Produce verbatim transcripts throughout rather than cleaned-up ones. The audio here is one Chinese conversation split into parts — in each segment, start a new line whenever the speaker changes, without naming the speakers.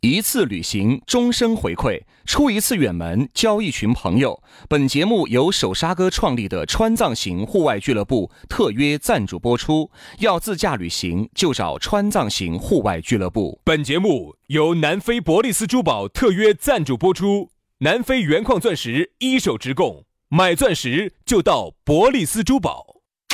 一次旅行，终身回馈；出一次远门，交一群朋友。本节目由手沙哥创立的川藏行户外俱乐部特约赞助播出。要自驾旅行，就找川藏行户外俱乐部。
本节目由南非伯利斯珠宝特约赞助播出。南非原矿钻石一手直供，买钻石就到伯利斯珠宝。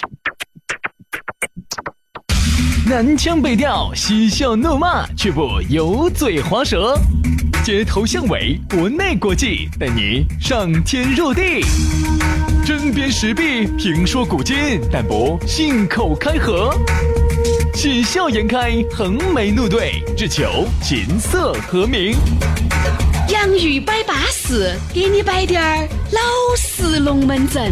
南腔北调，嬉笑怒骂，却不油嘴滑舌。街头巷尾，国内国际，带你上天入地。针砭时弊，评说古今，但不信口开河。喜笑颜开，横眉怒对，只求琴瑟和鸣。
洋芋摆巴士，给你摆点儿老式龙门阵。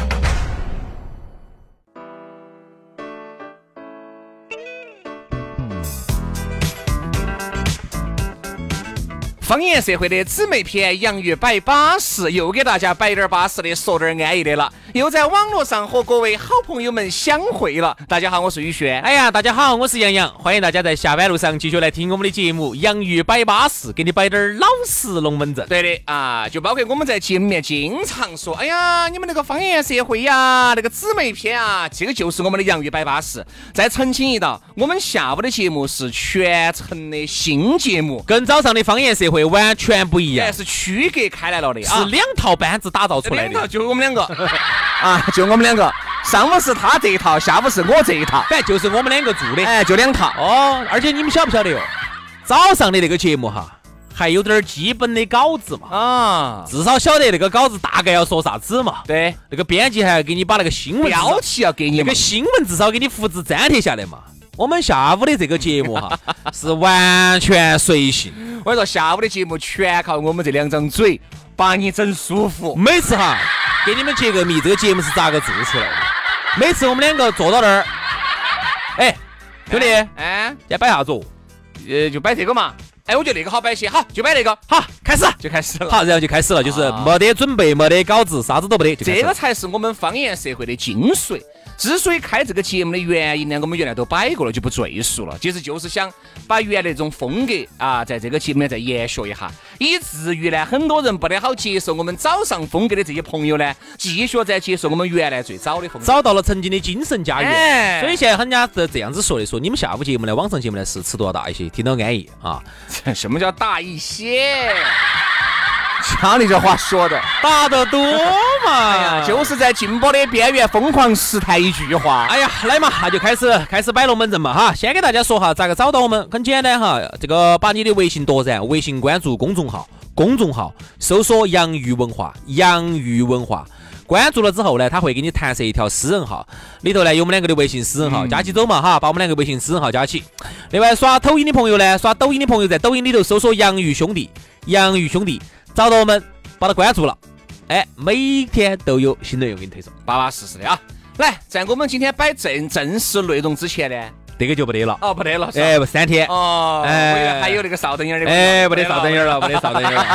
方言社会的姊妹篇，洋芋摆巴适，又给大家摆点巴适的，说点安逸的了。又在网络上和各位好朋友们相会了。大家好，我是宇轩。
哎呀，大家好，我是杨洋。欢迎大家在下班路上继续来听我们的节目《洋芋摆巴适》，给你摆点老实龙门阵。
对的啊，就包括我们在节目里面经常说，哎呀，你们那个方言社会呀，那个姊妹篇啊，这个就是我们的洋芋摆巴适。再澄清一道，我们下午的节目是全程的新节目，
跟早上的方言社会完全不一样，
是区隔开来了的啊，
是两套班子打造出来的，
两套就是我们两个啊，就我们两个，上午是他这一套，下午是我这一套，
反正就是我们两个做的，
哎，就两套
哦。而且你们晓不晓得哟？早上的那个节目哈，还有点基本的稿子嘛，
啊，
至少晓得那个稿子大概要说啥子嘛。
对，
那个编辑还要给你把那个新闻
标题要给你，
那个新闻至少给你复制粘贴下来嘛。我们下午的这个节目哈，是完全随性。
我跟你说，下午的节目全靠我们这两张嘴把你整舒服。
每次哈给你们揭个谜，这个节目是咋个做出来的？每次我们两个坐到那儿，哎，兄弟，
哎，
要摆啥子？
呃，就摆这个嘛。哎，我觉得那个好摆些，好，就摆那个，好，开始，就开始了。
好，然后就开始了，就是没得准备，没得稿子，啥子都没得。
这个才是我们方言社会的精髓。之所以开这个节目的原因呢，我们原来都摆过了，就不赘述了。其实就是想把原来这种风格啊，在这个节目里面再延续一下，以至于呢，很多人不得好接受我们早上风格的这些朋友呢，继续在接受我们原来最早的风格，
找到了曾经的精神家园。
哎、
所以现在人家是这样子说的，说你们下午节目呢，网上节目呢是尺度要大一些，听到安逸啊。
什么叫大一些？像你这话说的
大得多嘛、
哎呀，就是在禁播的边缘疯狂试探一句话。
哎呀，来嘛，那就开始开始摆龙门阵嘛哈。先给大家说哈，咋个找到我们？很简单哈，这个把你的微信夺噻，微信关注公众号，公众号搜索洋芋文化，洋芋文化。关注了之后呢，他会给你弹射一条私人号，里头呢有我们两个的微信私人号，加起走嘛哈，把我们两个微信私人号加起。另外刷抖音的朋友呢，刷抖音的朋友在抖音里头搜索洋芋兄弟，洋芋兄弟。找到我们，把它关注了，哎，每天都有新内容给你推送，
巴巴适适的啊！来，在我们今天摆正正式内容之前呢，
这个就不得了，
哦，不得了，
哎，不三天，
哦，哎，我以为还有那个少灯影的，
哎，不得少灯影了，不得少灯影了，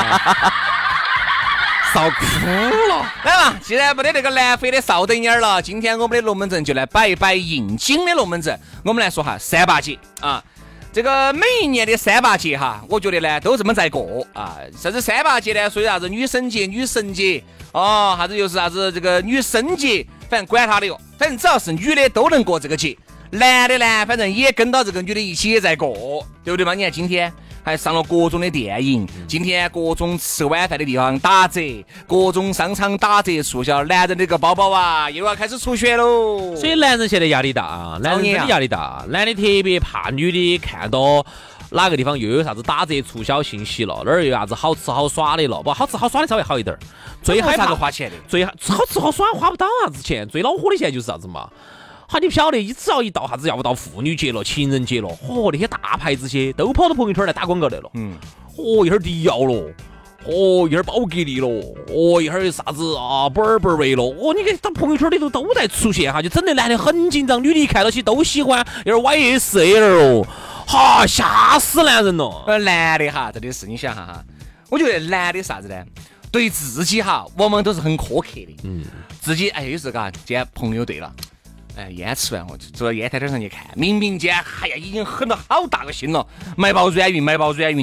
少哭了。
来嘛，既然不得那个南非的少灯影了，今天我们的龙门阵就来摆一摆应景的龙门阵。我们来说哈，三八节啊。这个每一年的三八节哈，我觉得呢都这么在过啊。甚至三八节呢，说啥子女神节、女神节哦，啥子又是啥子这个女生节，反正管他的哟，反正只要是女的都能过这个节，男的呢，反正也跟到这个女的一起也在过，对不对嘛？你看今天还上了各种的电影，今天各种吃晚饭的地方打折，各种商场打折促销，男人的个包包啊又要开始出血喽。
所以男人现在压力大，男人真的压力大，男的特别怕女的看到哪个地方又有啥子打折促销信息了，哪儿有啥子好吃好耍的了，不好吃好耍的稍微好一点，最害怕
花钱的，
最好吃好耍花不到啥子钱，最恼火的现在就是啥子嘛。哈，你不晓得，只要一到啥子要不到妇女节了、情人节了，嚯、哦，那些大牌子些都跑到朋友圈来打广告来了。嗯，哦，一会儿迪奥了，哦，一会儿宝格丽了，哦，一会儿啥子啊，博尔本维了，哦，你看到朋友圈里头都在出现哈，就整得男的很紧张，女的一看到起都喜欢，有点 Y S L 哦，哈，吓死男人了。
呃，男的哈，真的是你想哈哈，我觉得男的啥子呢？对自己哈，往往都是很苛刻的。嗯，自己哎，有时嘎，今天朋友对了。哎，烟吃完我就坐到烟台台上去看，明明间哎呀已经狠了好大个心了，买包软云买包软云的，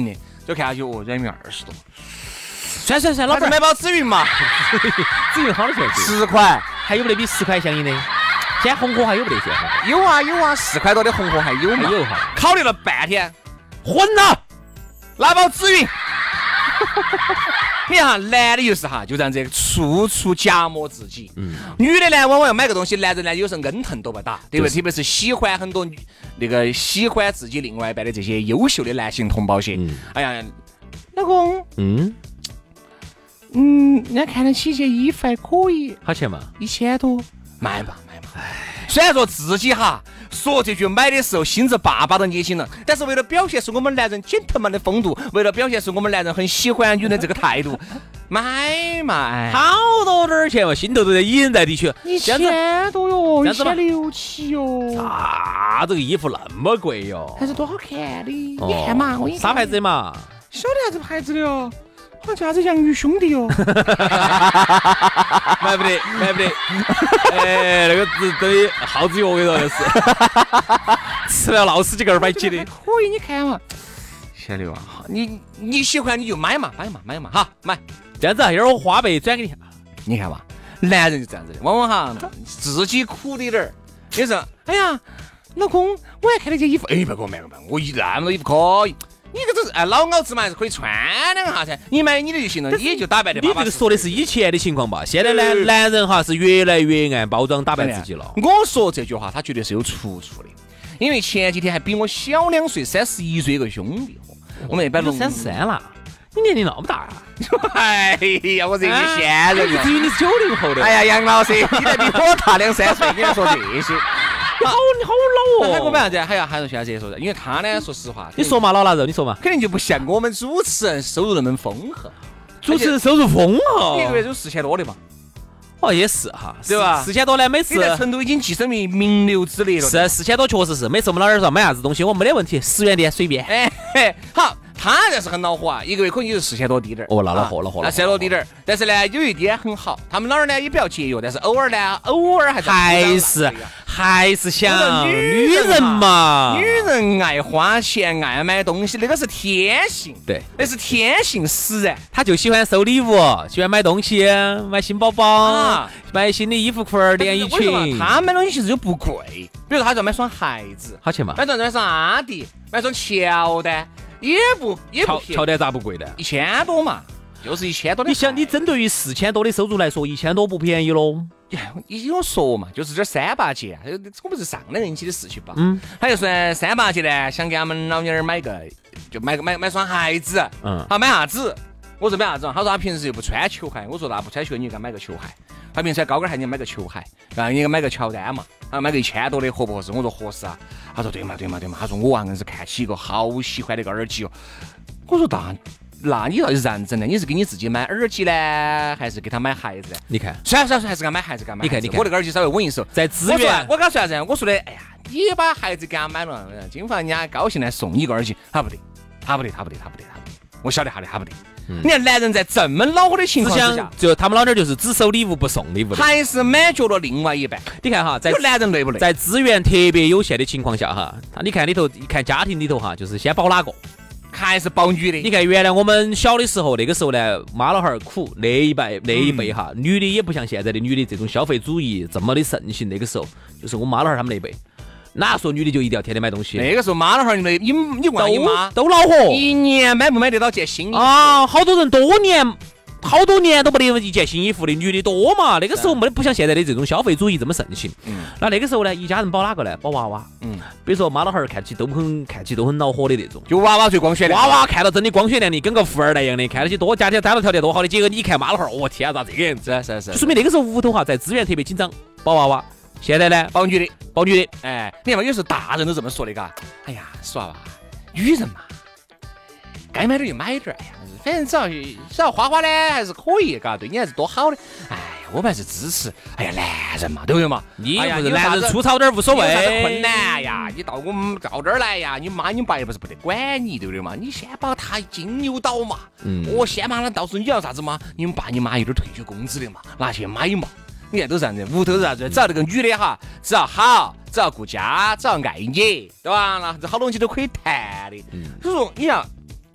就看下去哦，人民二十多。
算算算，老板
买包紫云嘛，
紫云好多钱？
十块，
还有没得比十块相应的？现在红火还有没得现在？
有啊有啊，四块多的红火还有嘛？
有哈。
考虑了半天，
混了，
拿包紫云。你看，男的就是哈，就这样子处处夹磨自己。嗯，女的呢，往往要买个东西，男人呢有时候恩疼都不打，对不对？特别是喜欢很多那个喜欢自己另外一半的这些优秀的男性同胞些。嗯，哎呀，老公，嗯。嗯，人家看得起这衣服还可以，
好钱嘛？
一千多，买吧买吧。虽然说自己哈说这句买的时候心子巴巴的捏紧了，但是为了表现出我们男人 gentleman 的风度，为了表现出我们男人很喜欢女人这个态度，买买。
好多点钱嘛，心头都在隐在地区。
一千多哟，一千六七哟。
啊，这个衣服那么贵哟？
还是多好看的，你看嘛，我
啥牌子的嘛？
晓得啥子牌子的哟？好像啥子洋芋兄弟哦，
买不得，买不得。哎，那个是等于耗子药味道的是，吃了闹死几个二百几的。
可以，你看嘛，千六啊，你你喜欢你就买嘛，买嘛，买嘛，哈，买。
这样子啊，一会儿我花呗转给你。
你看嘛，男人就这样子的，往往哈自己苦的点儿，也是。哎呀，老公，我还看了件衣服，哎，不给我买个买，我一那么多衣服可以。你这个是哎，老鹌子嘛还是可以穿两下噻，你买你的就行了，你就打扮的。
你这个说的是以前的情况吧？现在呢，男人哈是越来越爱包装打扮自己了。
我说这句话，他绝对是有出处的，因为前几天还比我小两岁，三十一岁一个兄弟，我们那边龙
三十三了，你年龄那么大呀？
哎呀，我这是现人
了。至于你是九零后的。
哎呀，杨老师，你还比我大两三岁，你还说这些？
你好，你好老哦！
还我们啥子？还要还是现在这说的，因为他呢，说实话，
你说嘛，老腊肉，你说嘛，
肯定就不像我们主持人收入那么丰厚。
主持人收入丰厚，
一个月有四千多的嘛？
哦，也是哈，
对吧？
四千多呢，每次
你在成都已经跻身为名流之列了。
是四千多，确实是。每次我们老儿说买啥子东西，我没得问题，十元店随便。
哎嘿，好。他这是很恼火啊，一个月可能就是四千多滴点儿。
哦，那恼火了，火了，
四千多滴点儿。但是呢，有一点很好，他们老儿呢也比较节约，但是偶尔呢，偶尔还是
还是还是想女人嘛，
女人爱花钱，爱买东西，那个是天性，
对，
那是天性使然。
他就喜欢收礼物，喜欢买东西，买新包包，啊、买新的衣服裤、连衣裙。
他买东西其实就不贵，比如说他要买双鞋子，
好钱嘛？
买双买双阿迪，买双乔丹。也不也不
乔丹咋不贵的？
一千多嘛，就是一千多的。
你想，你针对于四千多的收入来说，一千多不便宜喽。
你听我说嘛，就是这三八节，我不是上两个星期的事情吧？嗯，他就说三八节呢，想给他们老妞儿买个，就买个买买双鞋子。嗯，好买啥子？我说买啥子？他说他平时又不穿球鞋。我说那不穿球，你给他买个球鞋。他平时高跟鞋，你买个球鞋，然后你给买个乔丹嘛，啊，买个一千多的合不合适？我说合适啊。他说对嘛对嘛对嘛。他说我啊硬是看起一个好喜欢的一个耳机哦。我说那那你到底是认真的？你是给你自己买耳机呢，还是给他买鞋子呢？
你看，
算了算了，还是给他买鞋子，给他买。
你看你看，
我那个耳机稍微稳一手，
在资源，
我跟他说啥子？我说的，哎呀，你把鞋子给他买了，今晚人家高兴来送你一个耳机，他不得，他不得，他不得，他不得，他不得。我晓得他的，他不得。你看，男人在这么恼火的情况之下，
就他们老点就是只收礼物不送礼物的，
还是满足了另外一半。
你看哈，在
男人累不累？
在资源特别有限的情况下哈，你看里头，一看家庭里头哈，就是先保哪个？
还是保女的？
你看原来我们小的时候，那个时候呢，妈老汉儿苦，那一辈那一辈哈，嗯、女的也不像现在的女的这种消费主义这么的盛行。那个时候就是我妈老汉儿他们那辈。哪说女的就一定要天天买东西？
那个时候妈老汉儿，你你你问你妈
都恼火，
一年买不买得到件新衣服
啊？好多人多年好多年都没得一件新衣服的，女的多嘛。那个时候没得不像现在的这种消费主义这么盛行。嗯，那那个时候呢，一家人保哪个呢？保娃娃。嗯，比如说妈老汉儿看起都很看起都很恼火的那种，
就娃娃最光鲜亮丽。
娃娃看到真的光鲜亮丽，跟个富二代一样的，看得起多家庭家庭条件多好的。结果你看妈老汉儿，我天啊，咋这个样子？
是是是，
就说明那个时候屋头哈，在资源特别紧张，保娃娃。现在呢，
保女的，
保女的，
哎，你看嘛，有时候大人都这么说的，嘎。哎呀，说吧，女人嘛，该买点就买点，哎呀，反正只要只要花花呢，还是可以，嘎，对你还是多好的。哎呀，我们还是支持。哎呀，男人嘛，对不对嘛？
你不是男人粗糙点无所谓。
有啥子困难呀？你到我们到这儿来呀，你妈你爸也不是不得管你，对不对嘛？你先把他经由到嘛。嗯。我先把他，到时候你要啥子嘛？你们爸你妈有点退休工资的嘛，拿去买嘛。你看都是这样子，屋头是啥子？只要这个女的哈，只要好，只要顾家，只要爱你，对吧？那这好东西都可以谈的。嗯、所以说，你看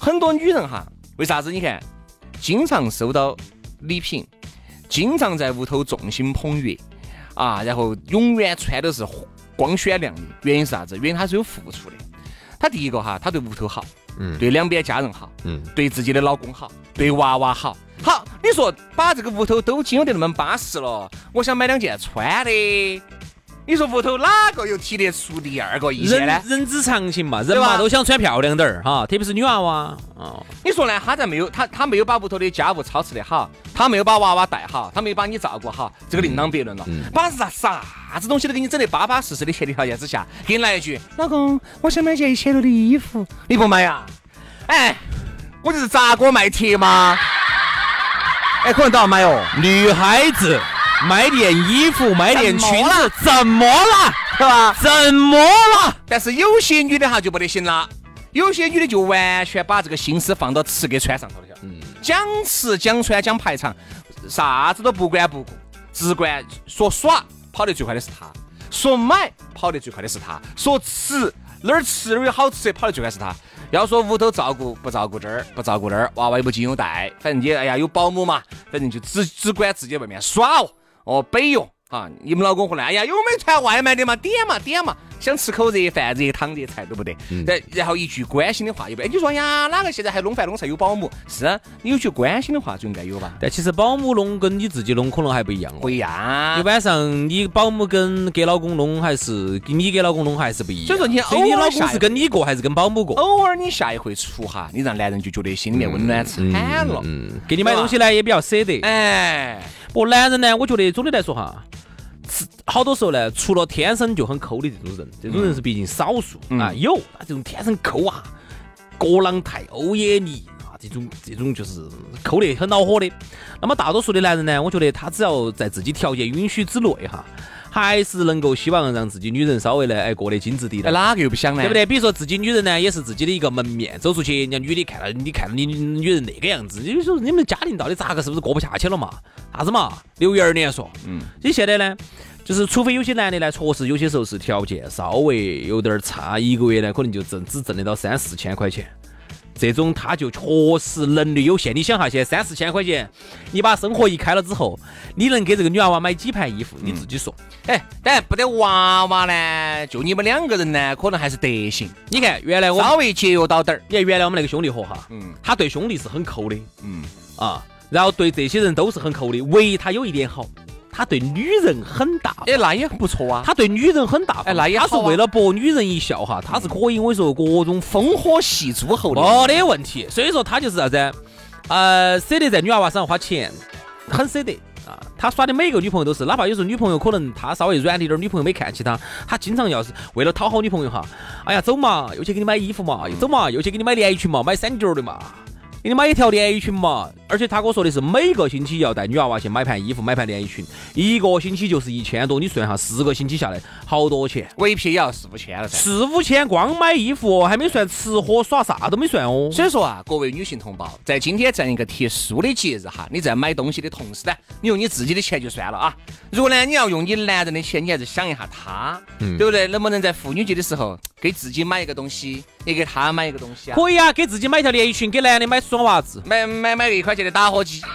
很多女人哈，为啥子？你看，经常收到礼品，经常在屋头众星捧月啊，然后永远穿的是光鲜亮丽。原因是啥子？原因她是有付出的。她第一个哈，她对屋头好，嗯，对两边家人好，嗯，对自己的老公好，对娃娃好。好，你说把这个屋头都经营得那么巴适了，我想买两件穿的。你说屋头哪个又提得出第二个意见呢？
人人之常情嘛，人嘛都想穿漂亮点儿哈，特别是女娃娃。
哦，你说呢？他在没有他他没有把屋头的家务操持得好，他没有把娃娃带好，他没有把你照顾好，这个另当别论了。嗯、把啥啥子东西都给你整得巴巴适适的前提条件之下，给你来一句：“老公，我想买件一千多的衣服，你不买呀？”哎，我就是砸锅卖铁吗？哎，可能都要买哦。
女孩子。买点衣服，买点裙子，怎么了？
是吧？
怎么了？
但是有些女的哈就不得行了，有些女的就完全把这个心思放到吃给穿上头了。嗯，讲吃讲穿讲排场，啥子都不管不顾，只管说耍，跑得最快的是他；说买，跑得最快的是他；说吃，哪儿吃哪儿有好吃的，跑得最快是他。要说屋头照顾不照顾这儿，不照顾那儿，娃娃也不经有带，反正你哎呀有保姆嘛，反正就只只管自己外面耍哦。哦，北哟啊！你们老公回来，哎呀，有没传外卖的嘛？点嘛点嘛，想吃口热饭、热汤、热菜，对不对？嗯、然后一句关心的话也不，哎，你说呀，哪个现在还弄饭弄菜有保姆？是啊，你有句关心的话就应该有吧？
但其实保姆弄跟你自己弄可能还不一样、哦，
不一样。
一般上你保姆跟给老公弄还是你给老公弄还是不一样。
所以说你
所以你老公是跟你过还是跟保姆过？
偶尔你下一回出哈，你让男人就觉得心里面温暖惨了。
嗯，嗯给你买东西呢也比较舍得。
哎。
不，男人呢，我觉得总的来说哈，好多时候呢，除了天生就很抠的这种人，这种人是毕竟少数、嗯、啊。有啊，这种天生抠啊，葛朗泰、欧耶尼啊，这种这种就是抠得很恼火的。那么大多数的男人呢，我觉得他只要在自己条件允许之内哈，还是能够希望让自己女人稍微呢哎过得精致点的。
哪个又不想呢？
对不对？比如说自己女人呢，也是自己的一个门面，走出去，人家女的看到你看到你女人那个样子，你说你们家庭到底咋个是不是过不下去了嘛？啥子嘛？六一二年说，嗯，你现在呢，就是除非有些男的呢，确实有些时候是条件稍微有点差，一个月呢可能就挣只挣得到三四千块钱。这种他就确实能力有限。你想下，现在三四千块钱，你把生活一开了之后，你能给这个女娃娃买几盘衣服？你自己说。
嗯、哎，当然不得娃娃呢，就你们两个人呢，可能还是得行。
你看，原来我
稍微节约到点儿。
你看，原来我们那个兄弟伙哈，嗯，他对兄弟是很抠的，嗯啊，然后对这些人都是很抠的。唯一他有一点好。他对女人很大方，
哎，那也不错啊。
他对女人很大方，
哎，那也好、啊。
他是为了博女人一笑哈，他是可以我说各种
烽火戏诸侯的，
没得问题。所以说他就是啥子，呃，舍得在女娃娃身上花钱，很舍得啊。他耍的每一个女朋友都是，哪怕有时候女朋友可能他稍微软一点，女朋友没看起他，他经常要是为了讨好女朋友哈，哎呀，走嘛，又去给你买衣服嘛，走嘛，又去给你买连衣裙嘛，买三角的嘛。给你买一条连衣裙嘛，而且他跟我说的是每个星期要带女娃娃去买盘衣服，买盘连衣裙，一个星期就是一千多，你算下四个星期下来好多钱，
围皮也要四五千了噻，
四五千光买衣服还没算吃喝耍啥都没算哦。
所以说啊，各位女性同胞，在今天这样一个特殊的节日哈，你在买东西的同时呢，你用你自己的钱就算了啊。如果呢你要用你男人的钱，你还是想一下他，嗯、对不对？能不能在妇女节的时候给自己买一个东西，也给他买一个东西啊？
可以啊，给自己买一条连衣裙，给男的买双袜子，
买买买一块钱的打火机。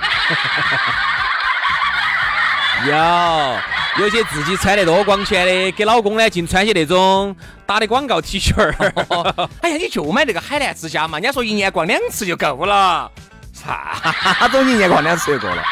有有些自己穿得多光鲜的，给老公呢净穿些那种打的广告 T 恤儿。
哎呀，你就买那个海澜之家嘛，人家说一年逛两次就够了，啥都一年逛两次就够了。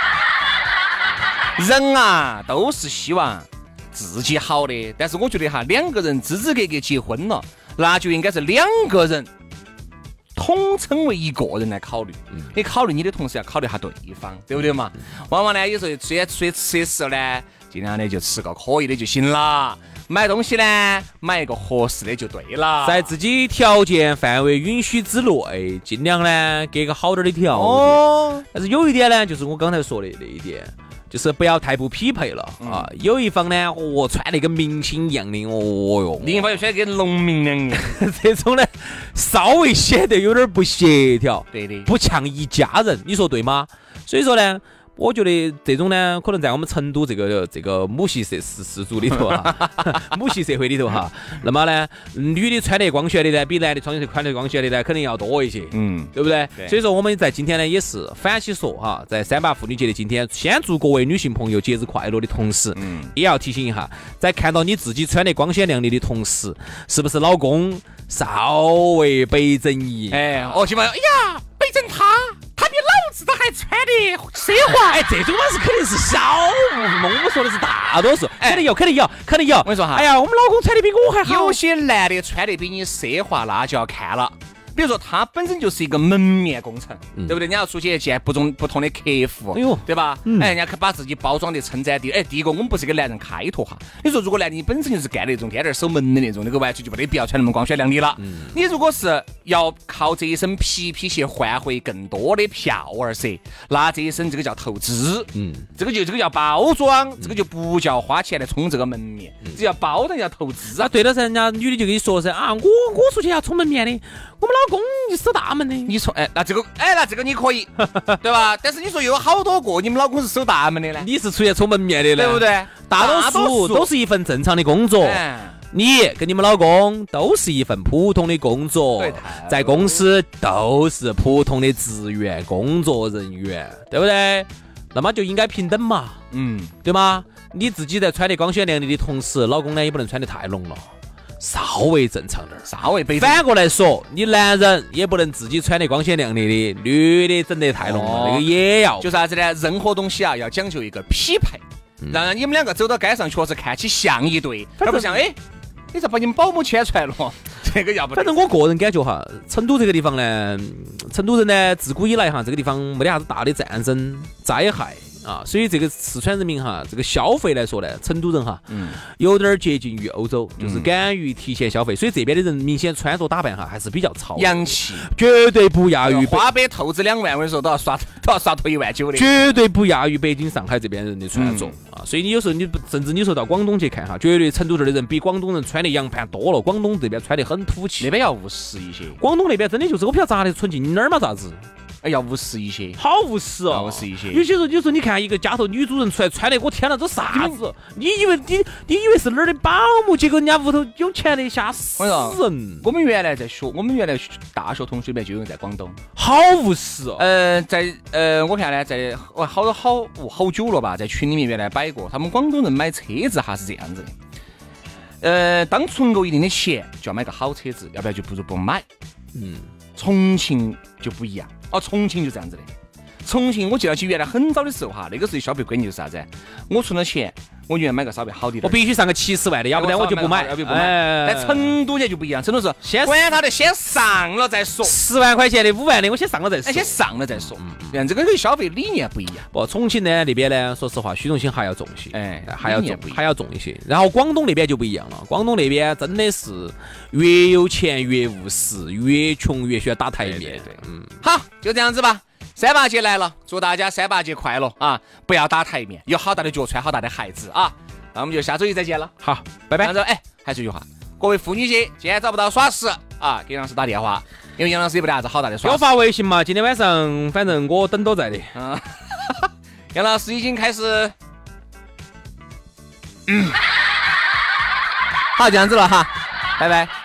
人啊，都是希望自己好的，但是我觉得哈，两个人支支格格结婚了，那就应该是两个人统称为一个人来考虑。嗯、你考虑你的同时要考虑下对方，对不对嘛？嗯、往往呢，有时候出去出去吃的时候呢，尽量呢就吃个可以的就行了。买东西呢，买一个合适的就对了，
在自己条件范围允许之内，尽量呢给个好点的条件。哦、但是有一点呢，就是我刚才说的那一点。就是不要太不匹配了、嗯、啊！有一方呢，我、哦、穿得跟明星一样的，哦哟；
另一方又穿得跟农民两样，
这种呢，稍微显得有点不协调，
对的，
不像一家人，你说对吗？所以说呢， 我觉得这种呢，可能在我们成都这个这个母系社氏氏族里头哈，母系社会里头哈，那么呢，女的穿得光鲜的呢，比男的穿得穿得光鲜的呢，肯定要多一些，
嗯，
对不对？
对
所以说我们在今天呢，也是反起说哈，在三八妇女节的今天，先祝各位女性朋友节日快乐的同时，嗯，也要提醒一下，在看到你自己穿得光鲜亮丽的同时，是不是老公稍微北整一？
哎，哦，起码，哎呀，北整他。他比老子都还穿的奢华，
哎，这种嘛是肯定是小部分，我们说的是大多数，肯定有，肯定有，肯定有。我
跟你说哈，
哎呀，我们老公穿的比我还好。
有些男的穿的比你奢华，那就要看了。比如说他本身就是一个门面工程，嗯、对不对？你要出去见不同不同的客户，哎呦，对吧？嗯、哎，人家可把自己包装的称赞的，哎，第一个我们不是给男人开脱哈。你说如果男的你本身就是干那种天天守门的那种，那个完全就没得必要穿那么光鲜亮丽了。嗯、你如果是要靠这一身皮皮鞋换回更多的票儿噻，那这一身这个叫投资，嗯，这个就这个叫包装，嗯、这个就不叫花钱来充这个门面，嗯、这叫包装叫投资
啊。对了噻，人家女的就跟你说噻啊，我我出去要充门面的，我们老公你守大门的，
你说哎，那这个哎，那这个你可以，对吧？但是你说有好多个，你们老公是守大门的呢？
你是出去充门面的呢，
对不对？
大多数都是一份正常的工作，哎、你跟你们老公都是一份普通的工作，在公司都是普通的职员、工作人员，对不对？那么就应该平等嘛，嗯，对吗？你自己在穿得光鲜亮丽的同时，老公呢也不能穿得太浓了。稍微正常点，
稍微背。
反过来说，你男人也不能自己穿得光鲜亮丽的，女的整得太浓了，那、哦、个也要。
就啥子呢？任何东西啊，要讲究一个匹配，嗯、让你们两个走到街上，确实看起像一对，而不像哎，你咋把你们保姆牵出来了？这个要不？
反正我个人感觉哈，成都这个地方呢，成都人呢，自古以来哈，这个地方没得啥子大的战争灾害。啊，所以这个四川人民哈，这个消费来说呢，成都人哈，嗯，有点接近于欧洲，就是敢于提前消费，所以这边的人明显穿着打扮哈还是比较潮
洋气，
绝对不亚于
花呗透支两万，我跟你说都要刷都要刷脱一万九的，
绝对不亚于北京、上海这边人的穿着、嗯、啊。所以你有时候你甚至你说到广东去看哈，绝对成都这儿的人比广东人穿的洋盘多了，广东这边穿的很土气，
那边要务实一些。
广东那边真的就是我不晓得咋的纯净，你哪儿嘛啥子？
哎，要务实一些，
好务实哦，
务实一些。
有些时候，有时候你看一个家头女主人出来穿的，我天哪，这啥子？你以为你你以为是哪儿的保姆？结果人家屋头有钱的，吓死人！
我们原来在学，我们原来大学同学里面就有人在广东，
好务实哦。
呃，在呃，我看呢，在哇，好多好好久了吧，在群里面原来摆过，他们广东人买车子哈是这样子的。呃，当存够一定的钱，就要买个好车子，要不然就不如不买。嗯，重庆就不一样。哦，重庆就这样子的。重庆我记得起原来很早的时候哈，那个时候消费观念就是啥子？我存了钱，我宁愿买个稍微好的，
我必须上个七十万的，要不然我就不买，
要不不买。哎、在成都就不一样，成都是先管他的，先上了再说。
十万块钱的、五万的，我先上了再说。
哎、先上了再说。嗯，嗯这个跟消费理念不一样。
不，重庆呢那边呢，说实话，虚荣心还要重些，哎，还要重，还要重一些。然后广东那边就不一样了，广东那边真的是越有钱越务实，越穷越需要打台面。对对对，
嗯，好，就这样子吧。三八节来了，祝大家三八节快乐啊！不要打台面，有好大的脚穿好大的鞋子啊！那我们就下周一再见了，
好，拜拜。
哎，还是一句话，各位妇女节今天找不到耍事啊，给杨老师打电话，因为杨老师也不得啥子好大的耍事。
我发微信嘛，今天晚上反正我等都在的。
嗯，杨老师已经开始，嗯，好，这样子了哈，拜拜。